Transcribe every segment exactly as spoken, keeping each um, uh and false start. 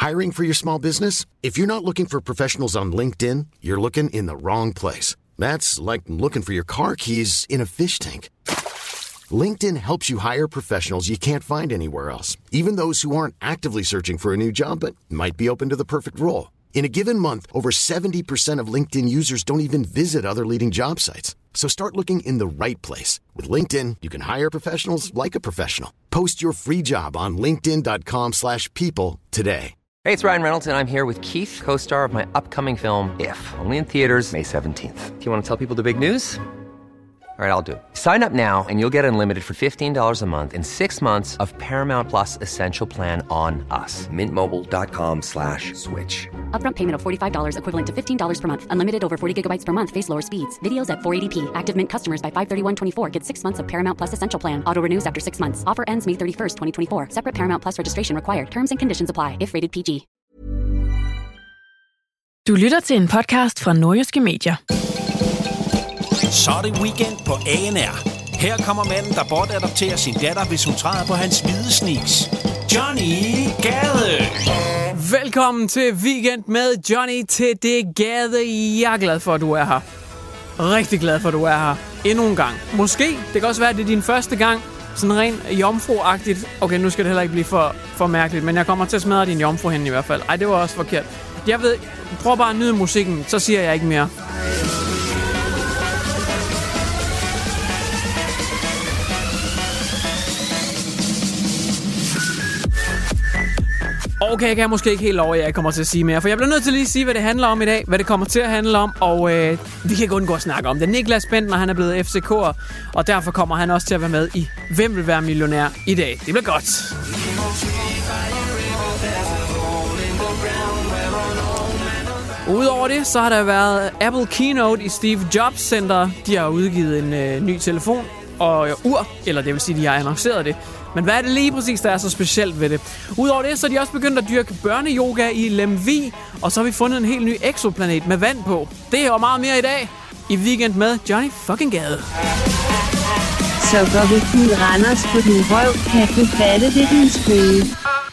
Hiring for your small business? If you're not looking for professionals on LinkedIn, you're looking in the wrong place. That's like looking for your car keys in a fish tank. LinkedIn helps you hire professionals you can't find anywhere else, even those who aren't actively searching for a new job but might be open to the perfect role. In a given month, over seventy percent of LinkedIn users don't even visit other leading job sites. So start looking in the right place. With LinkedIn, you can hire professionals like a professional. Post your free job on linkedin dot com slash people today. Hey, it's Ryan Reynolds, and I'm here with Keith, co-star of my upcoming film, If, only in theaters May seventeenth. Do you want to tell people the big news? All right, I'll do it. Sign up now and you'll get unlimited for fifteen dollars a month and six months of Paramount Plus Essential Plan on us. Mint Mobile dot com slash switch. Upfront payment of forty-five dollars equivalent to fifteen dollars per month. Unlimited over forty gigabytes per month. Face lower speeds. Videos at four eighty p. Active Mint customers by five thirty-one twenty-four get six months of Paramount Plus Essential Plan. Auto renews after six months. Offer ends May thirty-first, twenty twenty-four. Separate Paramount Plus registration required. Terms and conditions apply if rated P G. Du lytter til en podcast fra Nordjyske Medier. Så er det weekend på A N R. Her kommer manden, der bortadopterer sin datter, hvis hun træder på hans hvide sneaks. Johnny Gade! Velkommen til Weekend med Johnny til det Gade. Jeg er glad for, at du er her. Rigtig glad for, at du er her. Endnu en gang. Måske. Det kan også være, at det er din første gang. Sådan rent jomfru-agtigt. Okay, nu skal det heller ikke blive for, for mærkeligt, men jeg kommer til at smadre din jomfru hen i hvert fald. Ej, det var også forkert. Jeg ved, prøv bare at nyde musikken, så siger jeg ikke mere. Okay, jeg kan måske ikke helt love, at jeg kommer til at sige mere, for jeg bliver nødt til lige at sige, hvad det handler om i dag, hvad det kommer til at handle om, og øh, vi kan ikke undgå at snakke om det. Niklas Bendtner, han er blevet F C K'er, og derfor kommer han også til at være med i Hvem vil være millionær i dag. Det bliver godt. Udover det, så har der været Apple Keynote i Steve Jobs Center. De har udgivet en øh, ny telefon og øh, ur, eller det vil sige, de har annonceret det. Men hvad er det lige præcis, der er så specielt ved det? Udover det, så er de også begyndt at dyrke børneyoga i Lemvig, og så har vi fundet en helt ny exoplanet med vand på. Det og meget mere i dag i Weekend med Johnny fucking Gade. Så går vi fuld Randers på din røv, kan du fatte det, din skøde?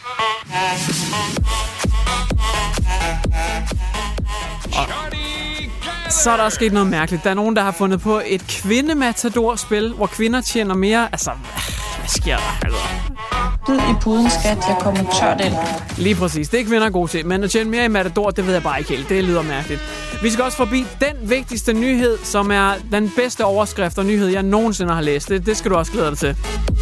Så er der sket noget mærkeligt. Der er nogen, der har fundet på et kvindematador-spil, hvor kvinder tjener mere. Altså, hvad sker der? Altså? Død i puden, skat. Jeg kommer tørt ind. Lige præcis. Det er kvinder gode til. Men at tjene mere i matador, det ved jeg bare ikke helt. Det lyder mærkeligt. Vi skal også forbi den vigtigste nyhed, som er den bedste overskrift og nyhed, jeg nogensinde har læst. Det, det skal du også glæde dig til.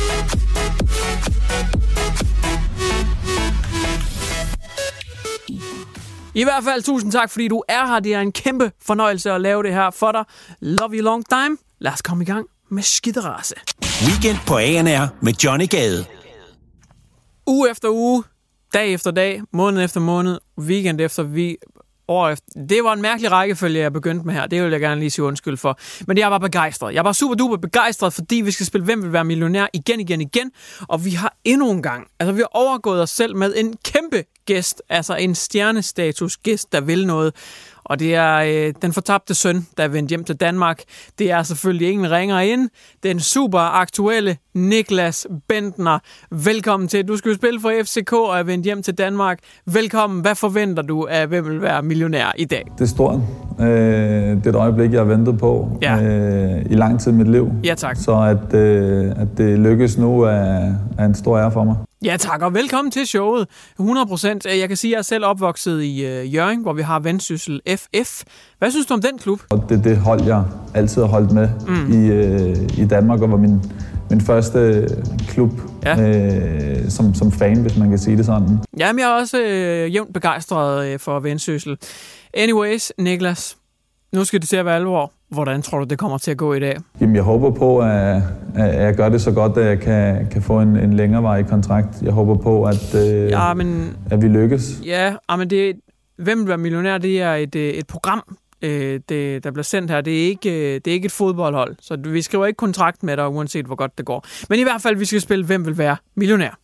I hvert fald tusind tak, fordi du er her. Det er en kæmpe fornøjelse at lave det her for dig. Love you long time. Lad os komme i gang med skiderase. Weekend på A N R med Johnny Gade. Uge efter uge, dag efter dag, måned efter måned, weekend efter vi år efter. Det var en mærkelig rækkefølge, jeg begyndte med her. Det vil jeg gerne lige sige undskyld for. Men jeg var begejstret. Jeg var super duper begejstret, fordi vi skal spille Hvem vil være millionær igen, igen, igen. Og vi har endnu en gang, altså vi har overgået os selv med en kæmpe gæst, altså en stjernestatus gæst, der vil noget. Og det er øh, den fortabte søn, der er vendt hjem til Danmark. Det er selvfølgelig ingen ringer ind. Den super aktuelle Niklas Bendtner. Velkommen til. Du skal jo spille for F C K og er vendt hjem til Danmark. Velkommen. Hvad forventer du af Hvem vil være millionær i dag? Det er stort. Øh, det er et øjeblik, jeg har ventet på ja. øh, i lang tid i mit liv. Ja, tak. Så at, øh, at det lykkes nu er, er en stor ære for mig. Ja tak, og velkommen til showet. hundrede procent. Jeg kan sige, at jeg er selv opvokset i øh, Hjørring, hvor vi har Vendsyssel F F. Hvad synes du om den klub? Og det er det hold, jeg altid har holdt med mm. i, øh, i Danmark, og var min, min første klub ja. øh, som, som fan, hvis man kan sige det sådan. Jamen, jeg er også øh, jævnt begejstret øh, for Vendsyssel. Anyways, Niklas, nu skal det til at være alvor. Hvordan tror du, det kommer til at gå i dag? Jamen, jeg håber på, at, at jeg gør det så godt, at jeg kan, kan få en, en længerevarig kontrakt. Jeg håber på, at, øh, ja, men, at vi lykkes. Ja, men det, Hvem vil være millionær, det er et, et program, øh, det, der bliver sendt her. Det er, ikke, det er ikke et fodboldhold, så vi skriver ikke kontrakt med dig, uanset hvor godt det går. Men i hvert fald, vi skal spille Hvem vil være millionær.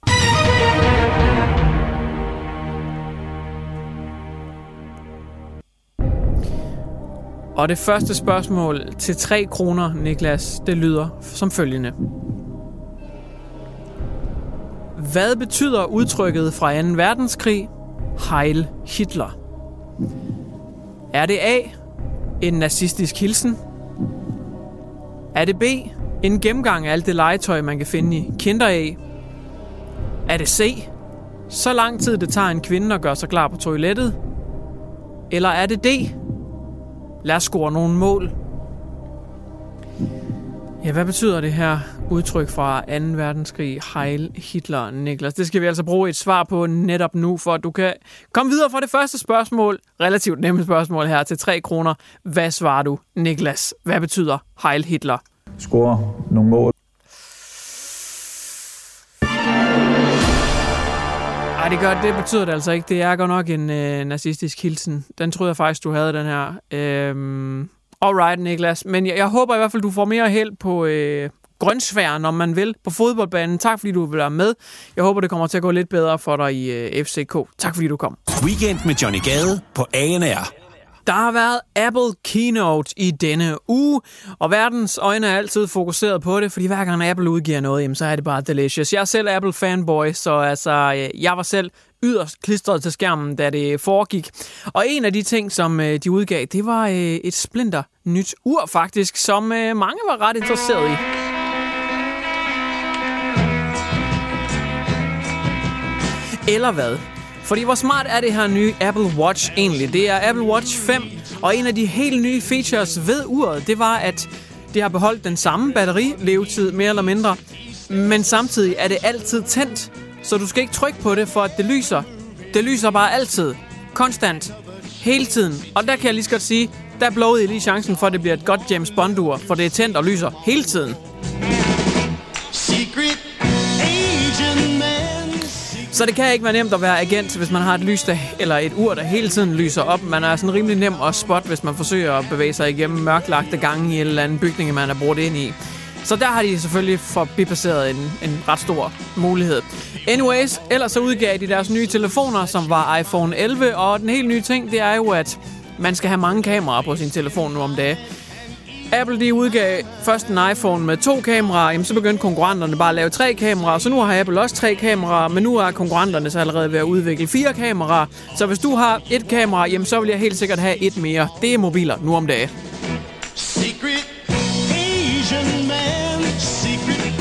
Og det første spørgsmål til tre kroner, Niklas, det lyder som følgende. Hvad betyder udtrykket fra anden verdenskrig? Heil Hitler? Er det A, en nazistisk hilsen? Er det B, en gennemgang af alt det legetøj, man kan finde i Kinderæg? Er det C, så lang tid det tager en kvinde at gøre sig klar på toilettet? Eller er det D, lad os score nogle mål? Ja, hvad betyder det her udtryk fra anden verdenskrig, Heil Hitler, Niklas? Det skal vi altså bruge et svar på netop nu, for at du kan komme videre fra det første spørgsmål, relativt nemme spørgsmål her, til tre kroner. Hvad svarer du, Niklas? Hvad betyder Heil Hitler? Score nogle mål. Ej, det gør det betyder det altså ikke. Det er godt nok en øh, nazistisk hilsen. Den troede jeg faktisk, du havde, den her. Øhm, alright, Niklas. Men jeg, jeg håber i hvert fald, du får mere held på øh, grønsværen, om man vil, på fodboldbanen. Tak, fordi du vil være med. Jeg håber, det kommer til at gå lidt bedre for dig i øh, F C K. Tak, fordi du kom. Weekend med Johnny Gade på A N R. Der har været Apple Keynote i denne uge, og verdens øjne er altid fokuseret på det, fordi hver gang Apple udgiver noget, jamen, så er det bare delicious. Jeg er selv Apple-fanboy, så altså, jeg var selv yderst klistret til skærmen, da det foregik. Og en af de ting, som de udgav, det var et splinter nyt ur faktisk, som mange var ret interesseret i. Eller hvad? Fordi hvor smart er det her nye Apple Watch egentlig? Det er Apple Watch fem, og en af de helt nye features ved uret, det var, at det har beholdt den samme batterilevetid, mere eller mindre, men samtidig er det altid tændt, så du skal ikke trykke på det, for at det lyser. Det lyser bare altid. Konstant. Hele tiden. Og der kan jeg lige så godt sige, der blowede jeg lige chancen for, at det bliver et godt James Bond-ur, for det er tændt og lyser hele tiden. Secret Agent Man. Så det kan ikke være nemt at være agent, hvis man har et lys, der, eller et ur, der hele tiden lyser op. Man er sådan rimelig nem at spotte, hvis man forsøger at bevæge sig igennem mørklagte gange i en eller anden bygning, man er brugt ind i. Så der har de selvfølgelig forbipasseret en, en ret stor mulighed. Anyways, ellers så udgav de deres nye telefoner, som var iPhone elleve, og den helt nye ting, det er jo, at man skal have mange kameraer på sin telefon nu om dagen. Apple de udgav først en iPhone med to kameraer, jamen så begyndte konkurrenterne bare at lave tre kameraer, så nu har Apple også tre kameraer, men nu er konkurrenterne så allerede ved at udvikle fire kameraer. Så hvis du har et kamera, jamen så vil jeg helt sikkert have et mere. Det er mobiler nu om dagen. Secret Asian man, secret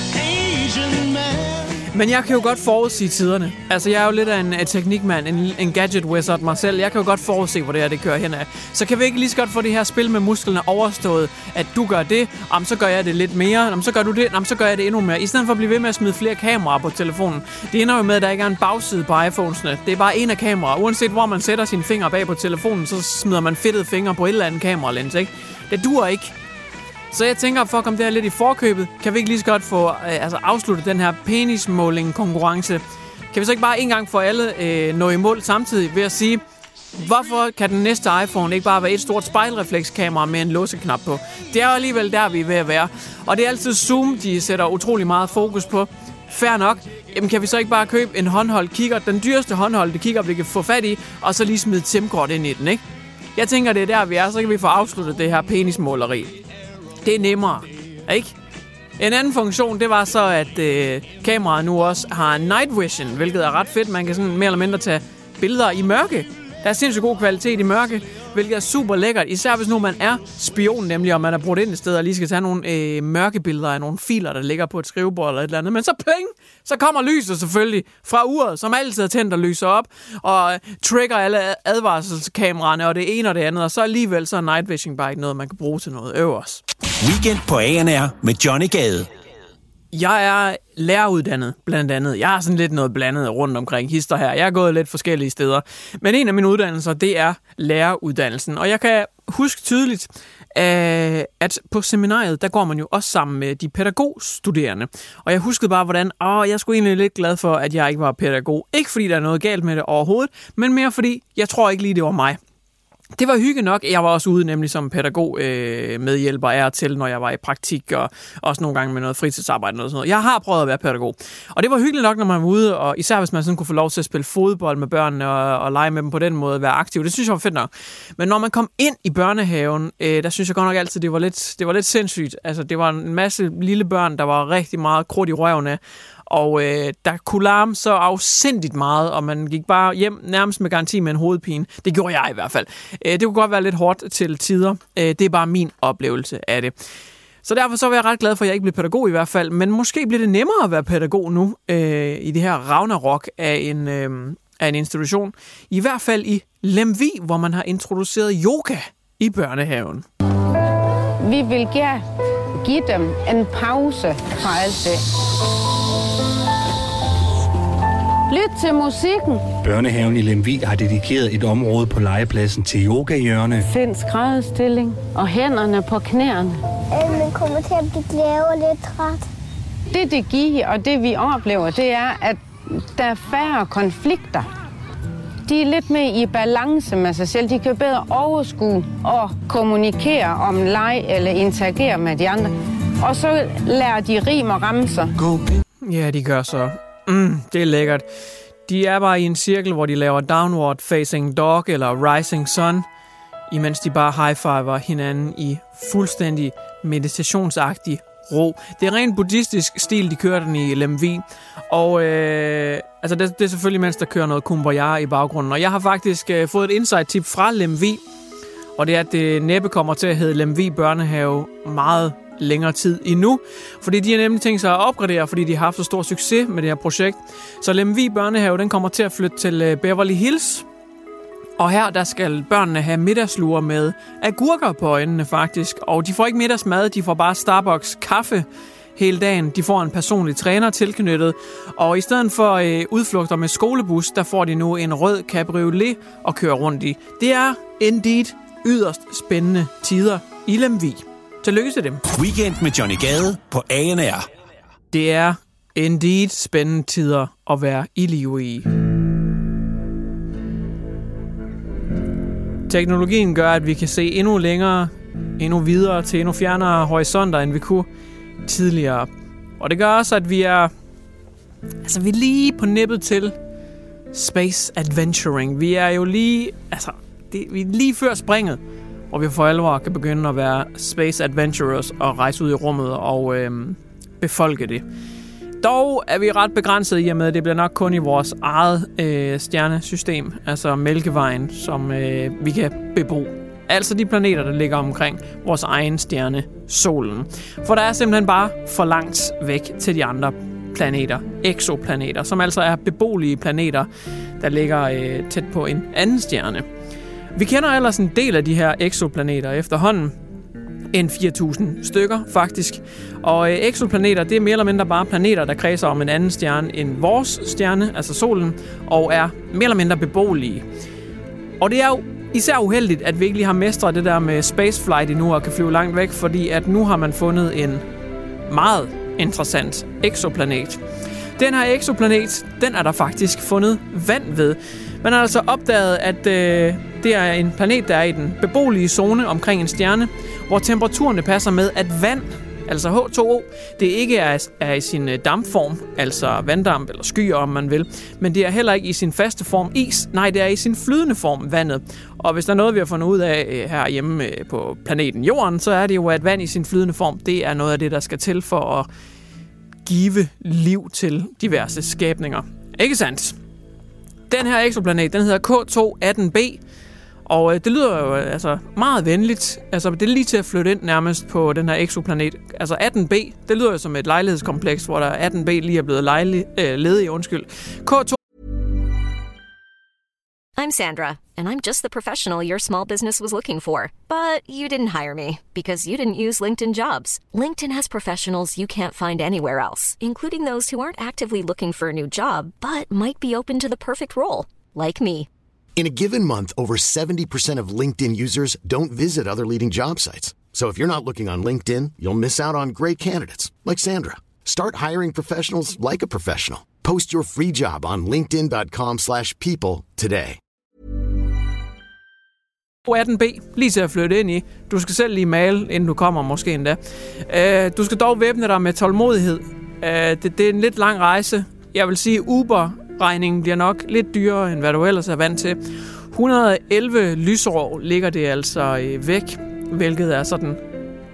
Asian man. Men jeg kan jo godt forudsige tiderne. Altså, jeg er jo lidt af en, en teknikmand, en, en gadget wizard mig selv. Jeg kan jo godt forudse, hvor det her det kører hen af. Så kan vi ikke lige så godt få det her spil med musklerne overstået, at du gør det, om så gør jeg det lidt mere, om så gør du det, om så gør jeg det endnu mere. I stedet for at blive ved med at smide flere kameraer på telefonen. Det ender jo med, at der ikke er en bagside på iPhones'ene. Det er bare en af kameraer. Uanset hvor man sætter sine fingre bag på telefonen, så smider man fedtede fingre på et eller andet kameralens, ikke? Det duer ikke. Så jeg tænker, for at komme der lidt i forkøbet, kan vi ikke lige så godt få øh, altså afsluttet den her penismåling-konkurrence. Kan vi så ikke bare en gang for alle øh, nå i mål samtidig ved at sige, hvorfor kan den næste iPhone ikke bare være et stort spejlreflekskamera med en låseknap på? Det er jo alligevel der, vi er ved at være. Og det er altid Zoom, de sætter utrolig meget fokus på. Fair nok. Jamen kan vi så ikke bare købe en håndholdt kikkert, den dyreste håndholdte kikkert, vi kan få fat i, og så lige smide et SIM-kort ind i den, ikke? Jeg tænker, det er der, vi er, så kan vi få afsluttet det her penismåleri. Det er nemmere, ikke? En anden funktion, det var så, at øh, kameraet nu også har night vision, hvilket er ret fedt. Man kan sådan mere eller mindre tage billeder i mørke. Der er sindssygt god kvalitet i mørke, hvilket er super lækkert. Især hvis nu man er spion, nemlig om man er brugt ind et sted og lige skal tage nogle øh, mørke billeder af nogle filer, der ligger på et skrivebord eller et eller andet. Men så pling, så kommer lyset selvfølgelig fra uret, som altid er tændt og lyser op, og trigger alle advarselskameraerne og det ene og det andet. Og så alligevel så er night vision bare ikke noget, man kan bruge til noget øvers. Weekend på A N R med Johnny Gade. Jeg er læreruddannet, blandt andet. Jeg har sådan lidt noget blandet rundt omkring hister her. Jeg har gået lidt forskellige steder. Men en af mine uddannelser, det er læreruddannelsen. Og jeg kan huske tydeligt, at på seminariet, der går man jo også sammen med de pædagogstuderende. Og jeg huskede bare, hvordan åh, jeg skulle egentlig lidt glad for, at jeg ikke var pædagog. Ikke fordi der er noget galt med det overhovedet, men mere fordi, jeg tror ikke lige, det var mig. Det var hygge nok. Jeg var også ude nemlig som pædagog øh, medhjælper er til, når jeg var i praktik, og også nogle gange med noget fritidsarbejde og noget sådan noget. Jeg har prøvet at være pædagog. Og det var hyggeligt nok, når man var ude, og især hvis man sådan kunne få lov til at spille fodbold med børnene og, og lege med dem på den måde, være aktiv. Det synes jeg var fedt nok. Men når man kom ind i børnehaven, øh, der synes jeg godt nok altid, det var lidt, det var lidt sindssygt. Altså, det var en masse lille børn, der var rigtig meget krudt i røven af. Og øh, der kunne larme så afsindigt meget, og man gik bare hjem nærmest med garanti med en hovedpine. Det gjorde jeg i hvert fald. Øh, det kunne godt være lidt hårdt til tider. Øh, det er bare min oplevelse af det. Så derfor så var jeg ret glad for, at jeg ikke blev pædagog i hvert fald. Men måske bliver det nemmere at være pædagog nu øh, i det her ragnarok af en, øh, af en institution. I hvert fald i Lemvig, hvor man har introduceret yoga i børnehaven. Vi vil gerne give dem en pause fra alt det. Lyt til musikken. Børnehaven i Lemvig har dedikeret et område på legepladsen til yogahjørne. Find skrædderstilling og hænderne på knæerne. Man kommer til at blive glad og lidt træt. Det, det giver, og det vi oplever, det er, at der er færre konflikter. De er lidt mere i balance med sig selv. De kan bedre overskue og kommunikere om leg eller interagere med de andre. Og så lærer de rim og ramser. Ja, de gør så. Mm, det er lækkert. De er bare i en cirkel, hvor de laver downward facing dog eller rising sun, imens de bare high-fiver hinanden i fuldstændig meditationsagtig ro. Det er rent buddhistisk stil, de kører den i Lemvig. Og øh, altså det, det er selvfølgelig, mens der kører noget kumbaya i baggrunden. Og jeg har faktisk øh, fået et insight-tip fra Lemvig, og det er, at det næppe kommer til at hedde Lemvig Børnehave meget længere tid endnu, fordi de har nemlig tænkt sig at opgradere, fordi de har haft så stor succes med det her projekt. Så Lemvig Børnehave, den kommer til at flytte til Beverly Hills, og her der skal børnene have middagslure med agurker på øjnene faktisk, og de får ikke middagsmad, de får bare Starbucks kaffe hele dagen. De får en personlig træner tilknyttet, og i stedet for øh, udflugter med skolebus, der får de nu en rød cabriolet at køre rundt i. Det er indeed yderst spændende tider i Lemvig. Tillykke til dem. Weekend med Johnny Gade på A N R. Det er indeed spændende tider at være i live i. Teknologien gør, at vi kan se endnu længere, endnu videre til endnu fjernere horisonter, end vi kunne tidligere. Og det gør også, at vi er, altså vi er lige på nippet til space adventuring. Vi er jo lige, altså det, vi er lige før springet, hvor vi for alvor kan begynde at være space adventurers og rejse ud i rummet og øhm, befolke det. Dog er vi ret begrænset i og med, at det bliver nok kun i vores eget øh, stjernesystem, altså Mælkevejen, som øh, vi kan bebo. Altså de planeter, der ligger omkring vores egen stjerne, solen. For der er simpelthen bare for langt væk til de andre planeter, exoplaneter, som altså er beboelige planeter, der ligger øh, tæt på en anden stjerne. Vi kender ellers en del af de her exoplaneter efterhånden, en fire tusind stykker faktisk. Og øh, exoplaneter, det er mere eller mindre bare planeter, der kredser om en anden stjerne end vores stjerne, altså solen, og er mere eller mindre beboelige. Og det er jo især uheldigt, at vi ikke lige har mestret det der med spaceflight endnu og kan flyve langt væk, fordi at nu har man fundet en meget interessant exoplanet. Den her exoplanet, den er der faktisk fundet vand ved. Man har altså opdaget, at øh, det er en planet, der er i den beboelige zone omkring en stjerne, hvor temperaturerne passer med, at vand, altså H to O, det ikke er, er i sin dampform, altså vanddamp eller skyer, om man vil, men det er heller ikke i sin faste form is, nej, det er i sin flydende form, vandet. Og hvis der er noget, vi har fundet ud af herhjemme på planeten Jorden, så er det jo, at vand i sin flydende form, det er noget af det, der skal til for at give liv til diverse skabninger. Ikke sandt? Den her exoplanet, den hedder K to atten b, og det lyder jo altså meget venligt. Altså det er lige til at flytte ind nærmest på den her exoplanet. Altså atten b, det lyder jo som et lejlighedskompleks, hvor der atten b lige er blevet lejlig, øh, ledig, undskyld. K to I'm Sandra, and I'm just the professional your small business was looking for. But you didn't hire me because you didn't use LinkedIn Jobs. LinkedIn has professionals you can't find anywhere else, including those who aren't actively looking for a new job, but might be open to the perfect role, like me. In a given month, over seventy percent of LinkedIn users don't visit other leading job sites. So if you're not looking on LinkedIn, you'll miss out on great candidates like Sandra. Start hiring professionals like a professional. Post your free job on linkedin dot com slash people today. atten b, lige til at flytte ind i. Du skal selv lige male, inden du kommer måske endda. Uh, du skal dog væbne dig med tålmodighed. Uh, det, det er en lidt lang rejse. Jeg vil sige, Uber-regningen bliver nok lidt dyrere, end hvad du ellers er vant til. et hundrede og elleve lysår ligger det altså uh, væk, hvilket er sådan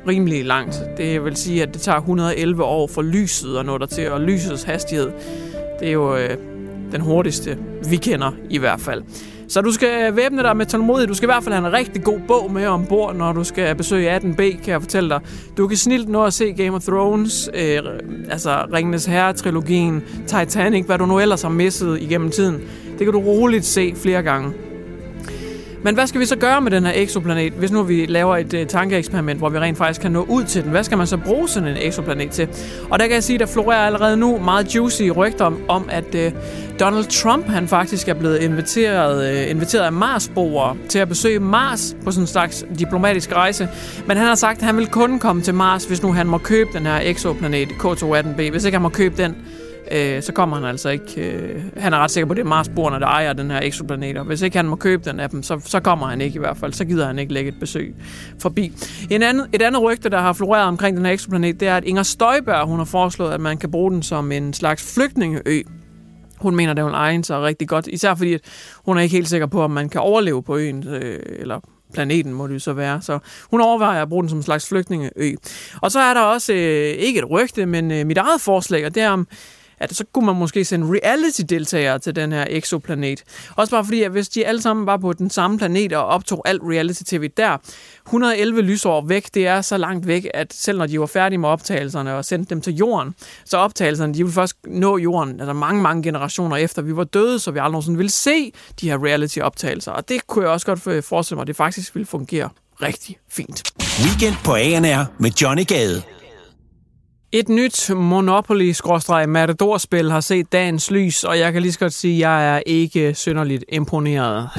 rimelig langt. Det vil sige, at det tager et hundrede og elleve år for lyset at nå der til, og lysets hastighed, det er jo øh, den hurtigste, vi kender i hvert fald. Så du skal væbne dig med tålmodighed. Du skal i hvert fald have en rigtig god bog med ombord, når du skal besøge atten B, kan jeg fortælle dig. Du kan snilt nå at se Game of Thrones, øh, altså Ringenes Herre-trilogien, Titanic, hvad du nu ellers har misset igennem tiden. Det kan du roligt se flere gange. Men hvad skal vi så gøre med den her eksoplanet, hvis nu vi laver et uh, tankeeksperiment, hvor vi rent faktisk kan nå ud til den? Hvad skal man så bruge sådan en eksoplanet til? Og der kan jeg sige, at der florerer allerede nu meget juicy rygter om, om at uh, Donald Trump, han faktisk er blevet inviteret, uh, inviteret af Mars-boere til at besøge Mars på sådan en slags diplomatisk rejse. Men han har sagt, at han vil kun komme til Mars, hvis nu han må købe den her eksoplanet K to atten B. Hvis ikke han må købe den, Øh, så kommer han altså ikke... Øh, han er ret sikker på, at det er Mars-boerne, der ejer den her eksoplanet. Hvis ikke han må købe den af dem, så, så kommer han ikke i hvert fald. Så gider han ikke lægge et besøg forbi. En anden, et andet rygte, der har floreret omkring den her eksoplanet, det er, at Inger Støjberg, hun har foreslået, at man kan bruge den som en slags flygtningeø. Hun mener, det vil egne sig rigtig godt. Især fordi, at hun er ikke helt sikker på, om man kan overleve på øen, øh, eller... planeten må det jo så være. Så hun overvejer at bruge den som en slags flygtningeø. Og så er der også, øh, ikke et rygte, men øh, mit eget forslag, og det er om, at så kunne man måske sende reality-deltagere til den her eksoplanet. Også bare fordi, at hvis de alle sammen var på den samme planet og optog alt reality-tv der, et hundrede og elleve lysår væk, det er så langt væk, at selv når de var færdige med optagelserne og sendte dem til jorden, så optagelserne, de ville først nå jorden, altså mange, mange generationer efter vi var døde, så vi aldrig nogensinde ville se de her reality-optagelser. Og det kunne jeg også godt forestille mig, at det faktisk ville fungere rigtig fint. Weekend på A N R med Johnny Gade. Et nyt Monopoly-Matador-spil har set dagens lys, og jeg kan lige så godt sige, at jeg er ikke synderligt imponeret.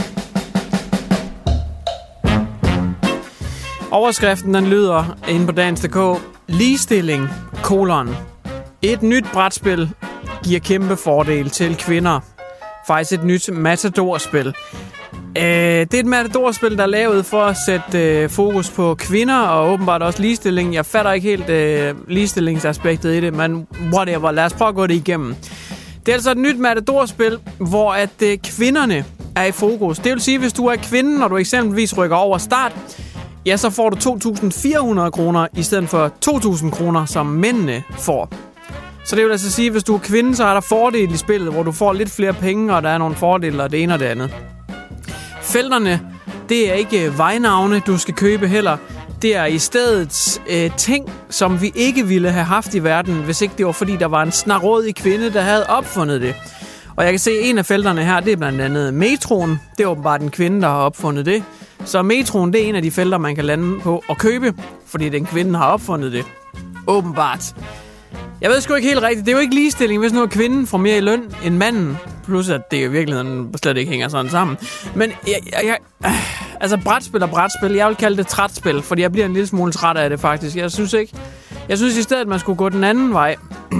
Overskriften den lyder inde på dagens punktum d k: Ligestilling, kolon. Et nyt brætspil giver kæmpe fordel til kvinder. Faktisk et nyt Matador-spil. Uh, det er et Matador-spil, der er lavet for at sætte uh, fokus på kvinder og åbenbart også ligestilling. Jeg fatter ikke helt uh, ligestillingsaspektet i det, men whatever, lad os prøve at gå det igennem. Det er altså et nyt Matador-spil, hvor at uh, kvinderne er i fokus. Det vil sige, hvis du er kvinde, når du eksempelvis rykker over start, ja, så får du to tusind fire hundrede kroner i stedet for to tusind kroner, som mændene får. Så det vil altså sige, at hvis du er kvinde, så er der fordele i spillet, hvor du får lidt flere penge, og der er nogle fordele og det ene og det andet. Felterne, det er ikke vejnavne, du skal købe heller. Det er i stedet øh, ting, som vi ikke ville have haft i verden, hvis ikke det var fordi, der var en snarrådig kvinde, der havde opfundet det. Og jeg kan se, at en af felterne her, det er blandt andet metroen. Det er åbenbart en kvinde, der har opfundet det. Så metroen, det er en af de felter, man kan lande på og købe, fordi den kvinde har opfundet det. Åbenbart. Jeg ved sgu ikke helt rigtigt. Det er jo ikke ligestilling, hvis nu er kvinden får mere i løn end manden. Plus at det i virkeligheden slet ikke hænger sådan sammen. Men jeg, jeg, jeg, altså brætspil og brætspil, jeg vil kalde det trætspil, fordi jeg bliver en lille smule træt af det faktisk. Jeg synes ikke. Jeg synes i stedet, at man skulle gå den anden vej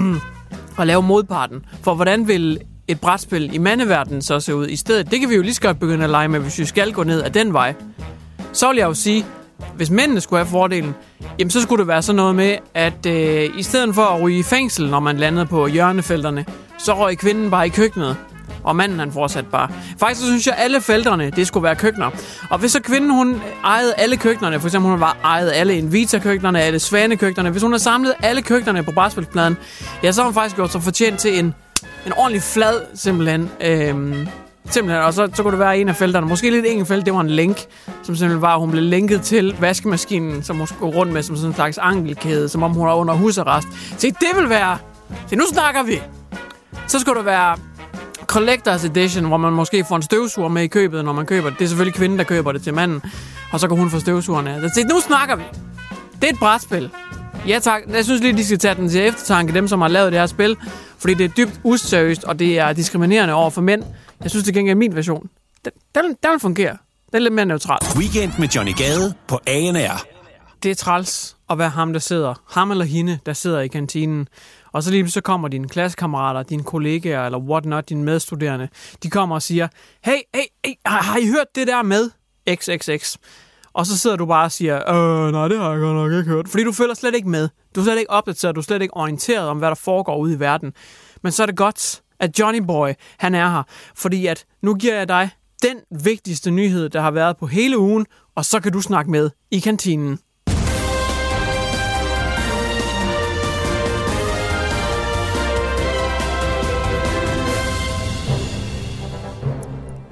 og lave modparten. For hvordan vil et brætspil i mandeverdenen så se ud i stedet? Det kan vi jo lige så godt begynde at lege med, hvis vi skal gå ned ad den vej. Så vil jeg jo sige, hvis mændene skulle have fordelen, jamen så skulle det være sådan noget med, at øh, i stedet for at ryge i fængsel, når man landede på hjørnefelterne, så røg kvinden bare i køkkenet, og manden han fortsat bare. Faktisk så synes jeg, at alle felterne, det skulle være køkkener. Og hvis så kvinden, hun ejede alle køkkenerne, for eksempel hun var ejet alle Invita-køkkenerne, alle Svane-køkkenerne, hvis hun har samlet alle køkkenerne på brætspilspladen, ja, så har hun faktisk gjort sig fortjent til en, en ordentlig flad, simpelthen. Øhm, Simpelthen, og så, så kunne det være en af felterne. Måske lidt enkelt felt, det var en link, som simpelthen var, at hun blev linket til vaskemaskinen, som hun skulle gå rundt med som sådan en slags ankelkæde, som om hun var under husarrest. Se, det vil være... Se, nu snakker vi! Så skulle der være Collector's Edition, hvor man måske får en støvsuger med i købet, når man køber det. Det er selvfølgelig kvinden, der køber det til manden, og så kan hun få støvsugerne. Se, nu snakker vi! Det er et brætspil. Ja tak, jeg synes lige, de skal tage den til eftertanke, dem som har lavet det her spil, fordi det er dybt useriøst, og det er diskriminerende over for mænd. Jeg synes, det gengæld er min version. Den, den, den vil fungere. Den er lidt mere neutral. Weekend med Johnny Gade på A N R. Det er træls at være ham, der sidder. Ham eller hende, der sidder i kantinen. Og så lige så kommer dine klassekammerater, dine kollegaer eller whatnot, dine medstuderende. De kommer og siger, hey, hey, hey, har I hørt det der med X X X? Og så sidder du bare og siger, øh, nej, det har jeg godt nok ikke hørt. Fordi du følger slet ikke med. Du er slet ikke opdateret, du er slet ikke orienteret om, hvad der foregår ude i verden. Men så er det godt, at Johnny Boy, han er her. Fordi at nu giver jeg dig den vigtigste nyhed, der har været på hele ugen, og så kan du snakke med i kantinen.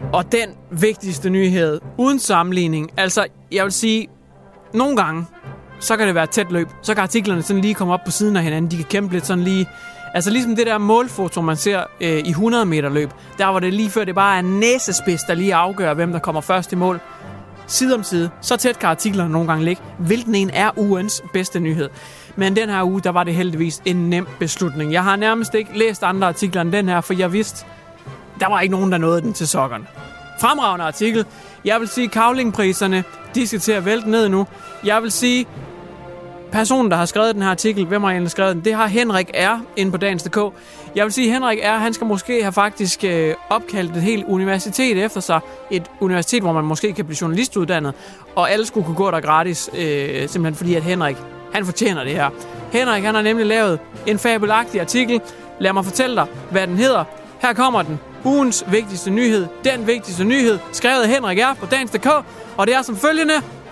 Og den vigtigste nyhed, uden sammenligning, altså jeg vil sige, nogle gange, så kan det være et tæt løb. Så kan artiklerne sådan lige komme op på siden af hinanden. De kan kæmpe lidt sådan lige. Altså ligesom det der målfoto, man ser øh, i hundrede meter løb. Der var det lige før, det bare er næsespids, der lige afgør, hvem der kommer først i mål. Side om side. Så tæt kan artiklerne nogle gange ligge. Hvilken en er ugens bedste nyhed? Men den her uge, der var det heldigvis en nem beslutning. Jeg har nærmest ikke læst andre artikler end den her, for jeg vidste, der var ikke nogen, der nåede den til sokkerne. Fremragende artikel. Jeg vil sige, Cavlingpriserne, de skal til at vælte ned nu. Jeg vil sige, personen, der har skrevet den her artikel, hvem har egentlig skrevet den, det har Henrik R. inde på dagens punktum d k. Jeg vil sige, Henrik R. han skal måske have faktisk øh, opkaldt et helt universitet efter sig. Et universitet, hvor man måske kan blive journalistuddannet, og alle skulle kunne gå der gratis, øh, simpelthen fordi, at Henrik, han fortjener det her. Henrik, han har nemlig lavet en fabelagtig artikel. Lad mig fortælle dig, hvad den hedder. Her kommer den. Ugens vigtigste nyhed. Den vigtigste nyhed, skrevet af Henrik R. på dagens punktum d k. Og det er som følgende.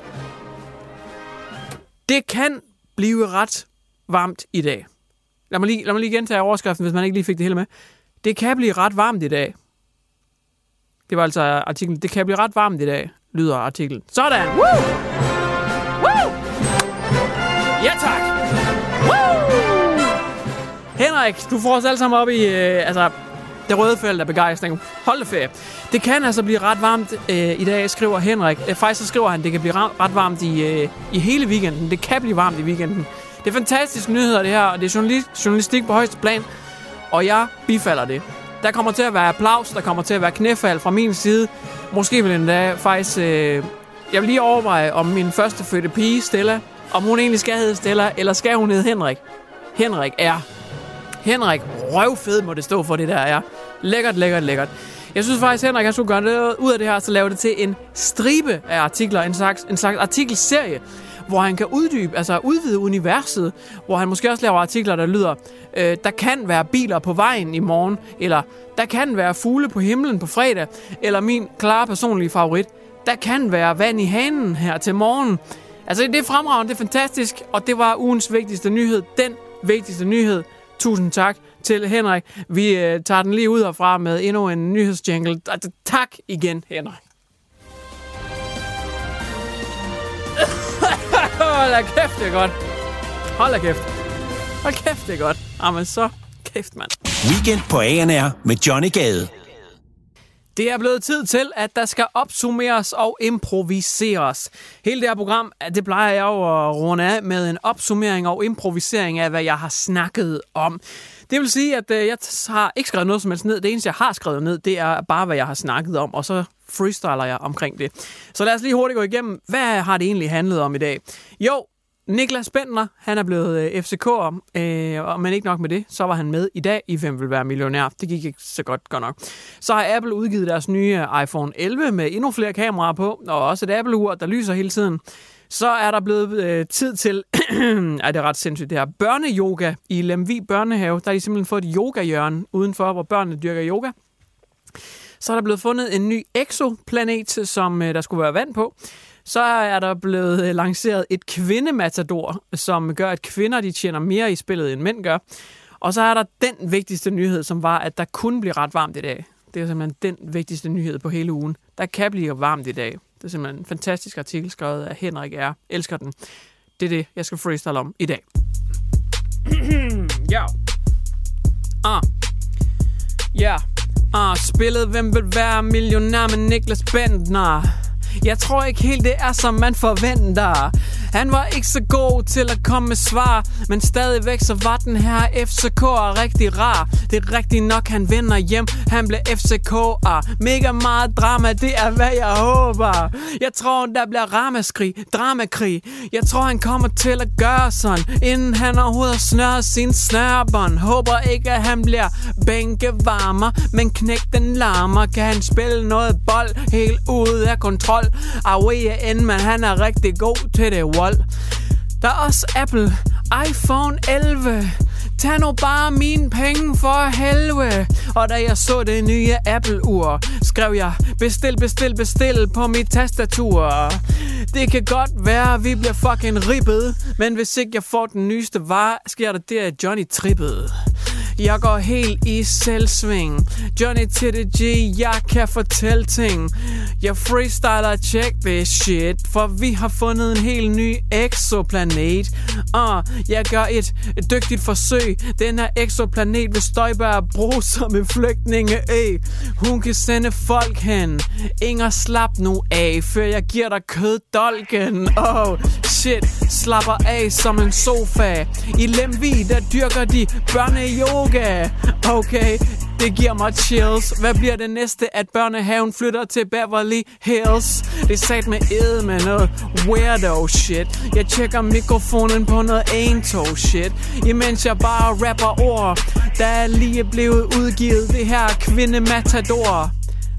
Det kan blive ret varmt i dag. Lad mig lige, lad mig lige gentage overskriften, hvis man ikke lige fik det hele med. Det kan blive ret varmt i dag. Det var altså artiklen. Det kan blive ret varmt i dag, lyder artiklen. Sådan! Woo! Woo! Ja, tak! Woo! Henrik, du får os alle sammen op i øh, altså, det røde felt af begejstring. Hold det ferie. Det kan altså blive ret varmt øh, i dag, skriver Henrik. Øh, faktisk så skriver han, at det kan blive ret varmt i, øh, i hele weekenden. Det kan blive varmt i weekenden. Det er fantastiske nyheder, det her, og det er journalist, journalistik på højeste plan. Og jeg bifalder det. Der kommer til at være applaus, der kommer til at være knæfald fra min side. Måske vil endda faktisk... Øh, jeg vil lige overveje, om min første fødte pige, Stella, om hun egentlig skal hedde Stella, eller skal hun hedde Henrik. Henrik er... Henrik, røvfed må det stå for, det der er. Lækkert, lækkert, lækkert. Jeg synes faktisk, Henrik, han skulle gøre det ud af det her, så lave det til en stribe af artikler, en slags, en slags artikelserie, hvor han kan uddybe, altså udvide universet, hvor han måske også laver artikler, der lyder, øh, der kan være biler på vejen i morgen, eller der kan være fugle på himlen på fredag, eller min klare personlige favorit, der kan være vand i hanen her til morgen. Altså, det er fremragende, det er fantastisk, og det var ugens vigtigste nyhed, den vigtigste nyhed. Tusind tak til Henrik. Vi øh, tager den lige ud herfra med endnu en nyhedsjingle. Tak igen, Henrik. Hold da kæft, det er godt. Hold da kæft. Hold kæft, det er godt. Jamen så kæft, mand. Weekend på A N R med Johnny Gade. Det er blevet tid til, at der skal opsummeres og improviseres. Hele det her program, det plejer jeg jo at runde af med en opsummering og improvisering af, hvad jeg har snakket om. Det vil sige, at jeg har ikke skrevet noget som helst ned. Det eneste, jeg har skrevet ned, det er bare, hvad jeg har snakket om, og så freestyler jeg omkring det. Så lad os lige hurtigt gå igennem, hvad har det egentlig handlet om i dag? Jo, Niklas Bendtner, han er blevet F C K'er, øh, men ikke nok med det, så var han med i dag i Hvem vil være millionær. Det gik ikke så godt, godt nok. Så har Apple udgivet deres nye iPhone elleve med endnu flere kameraer på, og også et Apple-ur, der lyser hele tiden. Så er der blevet øh, tid til, er det ret sindssygt det her, børneyoga i Lemvig Børnehave. Der har de simpelthen fået et yoga-hjørne udenfor, hvor børnene dyrker yoga. Så er der blevet fundet en ny exoplanet, som øh, der skulle være vand på. Så er der blevet lanceret et kvindematador, som gør, at kvinder de tjener mere i spillet, end mænd gør. Og så er der den vigtigste nyhed, som var, at der kunne blive ret varmt i dag. Det er simpelthen den vigtigste nyhed på hele ugen. Der kan blive varmt i dag. Det er simpelthen en fantastisk artikel skrevet af Henrik R. Elsker den. Det er det, jeg skal freestyle om i dag. Ja. Ah. Ja. Ah, spillet Hvem vil være millionær med Niklas Bendtner. Jeg tror ikke helt, det er, som man forventer. Han var ikke så god til at komme med svar, men stadigvæk så var den her F C K'er rigtig rar. Det er rigtigt nok, han vender hjem. Han bliver F C K'er. Mega meget drama, det er hvad jeg håber. Jeg tror, der bliver ramaskrig, dramakrig. Jeg tror, han kommer til at gøre sådan, inden han overhovedet snører sin snørbånd. Håber ikke, at han bliver bænkevarmer, men knæk den larmer. Kan han spille noget bold helt ude af kontrol? Away end, men han er rigtig god til det, wall. Der er også Apple iPhone elleve. Tag nu bare mine penge for helvede. Og da jeg så det nye Apple-ur, skrev jeg bestil, bestil, bestil på mit tastatur. Det kan godt være, at vi bliver fucking ribbet, men hvis ikke jeg får den nyeste vare, sker der det, at Johnny trippede. Jeg går helt i selvsving. Johnny til det G, jeg kan fortælle ting. Jeg freestyler, check this shit. For vi har fundet en helt ny exoplanet. Og uh, jeg gør et, et dygtigt forsøg. Den her exoplanet vil Støjberg bruge som en flygtninge. Ey. Hun kan sende folk hen. Inger, slap nu af, før jeg giver dig køddolken. Oh shit, slapper af som en sofa. I Lemvig, der dyrker de børneyoga. Okay, det giver mig chills. Hvad bliver det næste, at børnehaven flytter til Beverly Hills? Det er sat med ed med noget weirdo shit. Jeg tjekker mikrofonen på noget eintog shit, imens jeg bare rapper ord, der er lige blevet udgivet. Det her kvindematador.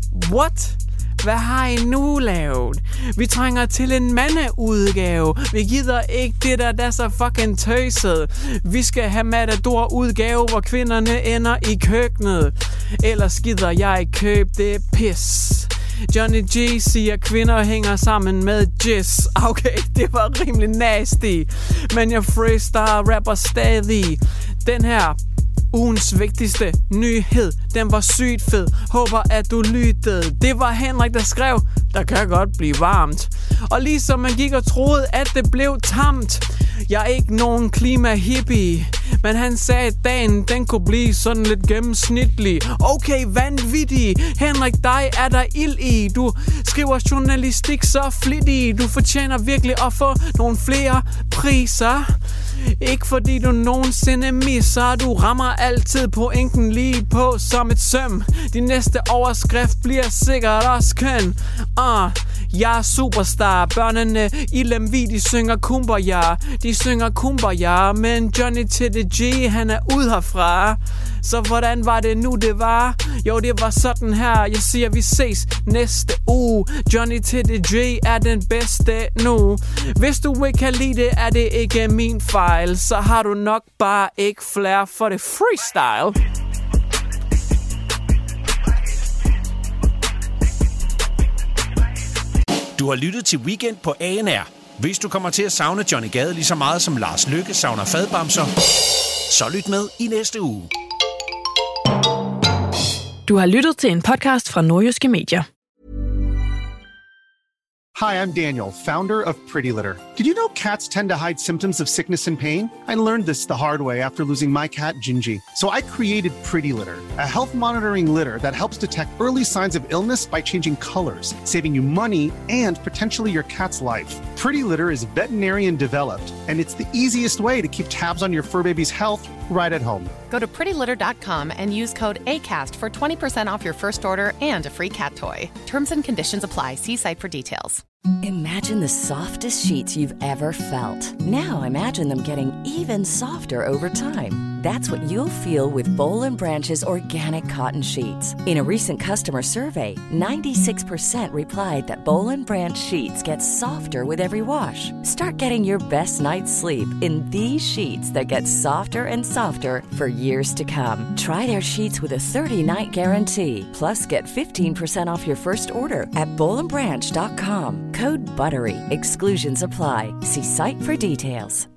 What? Hvad har I nu lavet? Vi trænger til en mandeudgave. Vi gider ikke det der, der er så fucking tøset. Vi skal have Matador-udgave, hvor kvinderne ender i køkkenet. Ellers gider jeg ikke købe det pis. Johnny G siger, kvinder hænger sammen med jizz. Okay, det var rimelig nasty. Men jeg freestyle rapper stadig. Den her ugens vigtigste nyhed, den var sygt fed. Håber at du lyttede. Det var Henrik der skrev, der kan godt blive varmt. Og ligesom man gik og troede at det blev tamt. Jeg er ikke nogen klimahippie, men han sagde at dagen den kunne blive sådan lidt gennemsnitlig. Okay, vanvittig. Henrik, dig er der ild i. Du skriver journalistik så flittig. Du fortjener virkelig at få nogle flere priser. Ikke fordi du nogensinde misser. Du rammer altid pointen lige på som et søm. Din næste overskrift bliver sikkert også køn. uh, Jeg er superstar. Børnene i Lemvig, de synger Kumbaya. De synger Kumbaya. Men Johnny til det G, han er ude herfra. Så hvordan var det nu det var? Jo, det var sådan her. Jeg siger vi ses næste uge. Johnny til det G er den bedste nu. Hvis du ikke kan lide det, er det ikke min fejl. Så har du nok bare ikke flair for det freestyle. Du har lyttet til Weekend på A N R. Hvis du kommer til at savne Johnny Gade lige så meget som Lars Løkke savner fadbamser, så lyt med i næste uge. Du har lyttet til en podcast fra Nordjyske Medier. Hi, I'm Daniel, founder of Pretty Litter. Did you know cats tend to hide symptoms of sickness and pain? I learned this the hard way after losing my cat, Gingy. So I created Pretty Litter, a health monitoring litter that helps detect early signs of illness by changing colors, saving you money and potentially your cat's life. Pretty Litter is veterinarian developed, and it's the easiest way to keep tabs on your fur baby's health right at home. Go to pretty litter dot com and use code ACAST for twenty percent off your first order and a free cat toy. Terms and conditions apply. See site for details. Imagine the softest sheets you've ever felt. Now imagine them getting even softer over time. That's what you'll feel with Boll and Branch's organic cotton sheets. In a recent customer survey, ninety-six percent replied that Boll and Branch sheets get softer with every wash. Start getting your best night's sleep in these sheets that get softer and softer for years to come. Try their sheets with a thirty-night guarantee. Plus, get fifteen percent off your first order at boll and branch dot com. Code BUTTERY. Exclusions apply. See site for details.